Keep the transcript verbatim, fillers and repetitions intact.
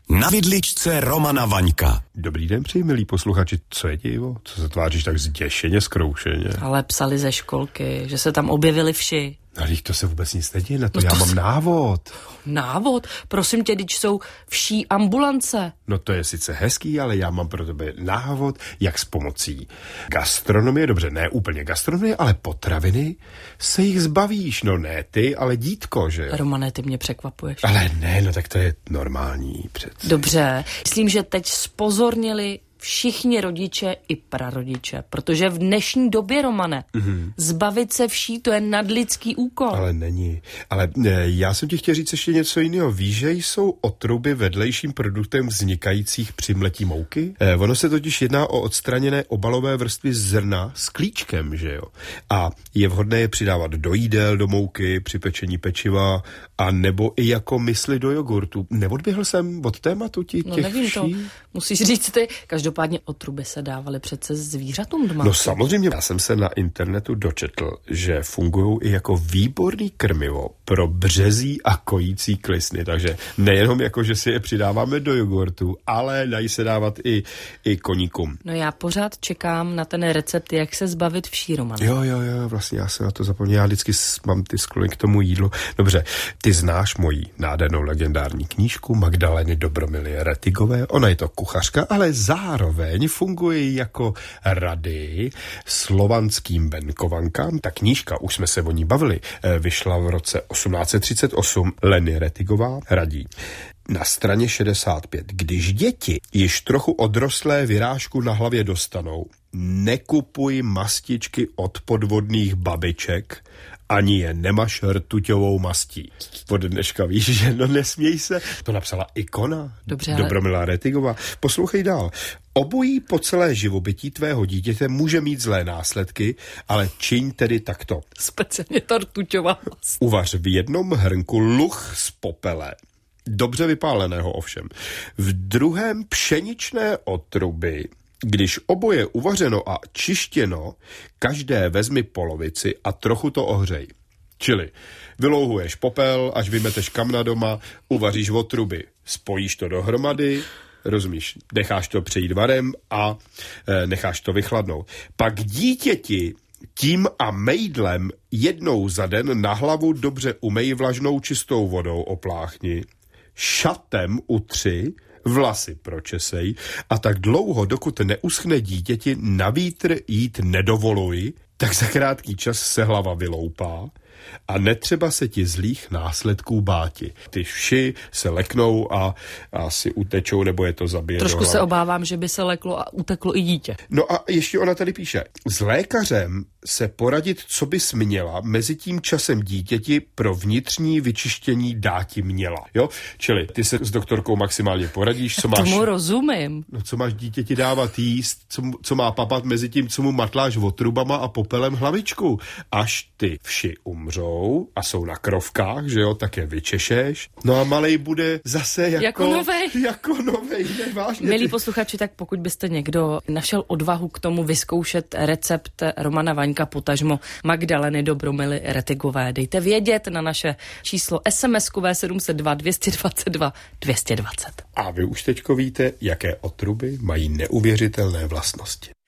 Na vidličce Romana Vaňka. Dobrý den, přeji, milí posluchači. Co je divo? Co se tváříš tak zděšeně, zkroušeně? Ale psali ze školky, že se tam objevili vši. Ale to se vůbec nic neděje, na to, no já to mám se... návod. Návod? Prosím tě, když jsou vší ambulance. No to je sice hezký, ale já mám pro tebe návod, jak s pomocí gastronomie, dobře, ne úplně gastronomie, ale potraviny, se jich zbavíš. No ne ty, ale dítko, že? Romane, ty mě překvapuješ. Ale ne, no tak to je normální přece. Dobře, myslím, že teď zpozornili všichni rodiče i prarodiče, protože v dnešní době, Romane, mm-hmm. zbavit se vší, to je nadlidský úkol. Ale není. Ale ne, já jsem ti chtěl říct ještě něco jiného. Víš, že jsou otruby vedlejším produktem vznikajících při mletí mouky? Eh, ono se totiž jedná o odstraněné obalové vrstvy zrna s klíčkem, že jo? A je vhodné je přidávat do jídel, do mouky, při pečení pečiva, a nebo i jako mysli do jogurtu. Neodběhl jsem od tématu ti těch No nevím vší? to, musíš říct ty. Každopádně otruby se dávaly přece zvířatům doma. No samozřejmě, já jsem se na internetu dočetl, že fungují i jako výborný krmivo pro březí a kojící klisny, takže nejenom jako, že si je přidáváme do jogurtu, ale dají se dávat i, i koníkům. No já pořád čekám na ten recept, jak se zbavit vší, Roman. Jo, jo, jo, vlastně já se na to zapomněl, já vždycky mám ty sklony k tomu jídlu. Dobře, ty znáš moji nádhernou legendární knížku Magdaleny Dobromily Retigové, ona je to kuchařka, ale zároveň funguje jako rady slovanským venkovankám. Ta knížka, už jsme se o ní bavili, vyšla v roce osmnáct set třicet osm. Leny Retigová radí. Na straně šedesát pět. Když děti již trochu odrostlé vyrážku na hlavě dostanou, nekupuj mastičky od podvodných babiček, ani je nemaš rtuťovou mastí. Od dneška víš, že no nesměj se. To napsala ikona. Dobře, Dobromilá Retigová. Poslouchej dál. Obojí po celé živobytí tvého dítěte může mít zlé následky, ale čiň tedy takto. Speciálně ta rtuťová mast. Uvař v jednom hrnku luh z popele. Dobře vypáleného ovšem. V druhém pšeničné otruby. Když oboje uvařeno a čištěno, každé vezmi polovici a trochu to ohřej. Čili vylouhuješ popel, až vymeteš kamna doma, uvaříš otruby, spojíš to dohromady, rozumíš, necháš to přejít varem a e, necháš to vychladnout. Pak dítěti tím a mejdlem jednou za den na hlavu dobře umej vlažnou čistou vodou, opláchni, šatem utři, vlasy pročesej a tak dlouho, dokud neuschne dítěti, na vítr jít nedovoluj, tak za krátký čas se hlava vyloupá a netřeba se ti zlých následků báti. Ty vši se leknou a asi utečou, nebo je to zabije. Trošku se obávám, že by se leklo a uteklo i dítě. No a ještě ona tady píše, s lékařem se poradit, co bys měla mezi tím časem dítěti pro vnitřní vyčištění dáti měla. Jo? Čili ty se s doktorkou maximálně poradíš, co máš... Tomu rozumím. No, co máš dítěti dávat jíst, co, co má papat mezi tím, co mu matláš otrubama a popelem hlavičku. Až ty vši umřou a jsou na krovkách, že jo, tak je vyčešeš. No a malej bude zase jako... Jako novej. Jako novej, nevážně. Milí posluchači, tak pokud byste někdo našel odvahu k tomu vyzkoušet recept Romana Vaňka, potažmo Magdaleny Dobromily Retigové, dejte vědět na naše číslo SMSkové sedm set dva dvě dvacet dva dvě dvacet. A vy už teďko víte, jaké otruby mají neuvěřitelné vlastnosti.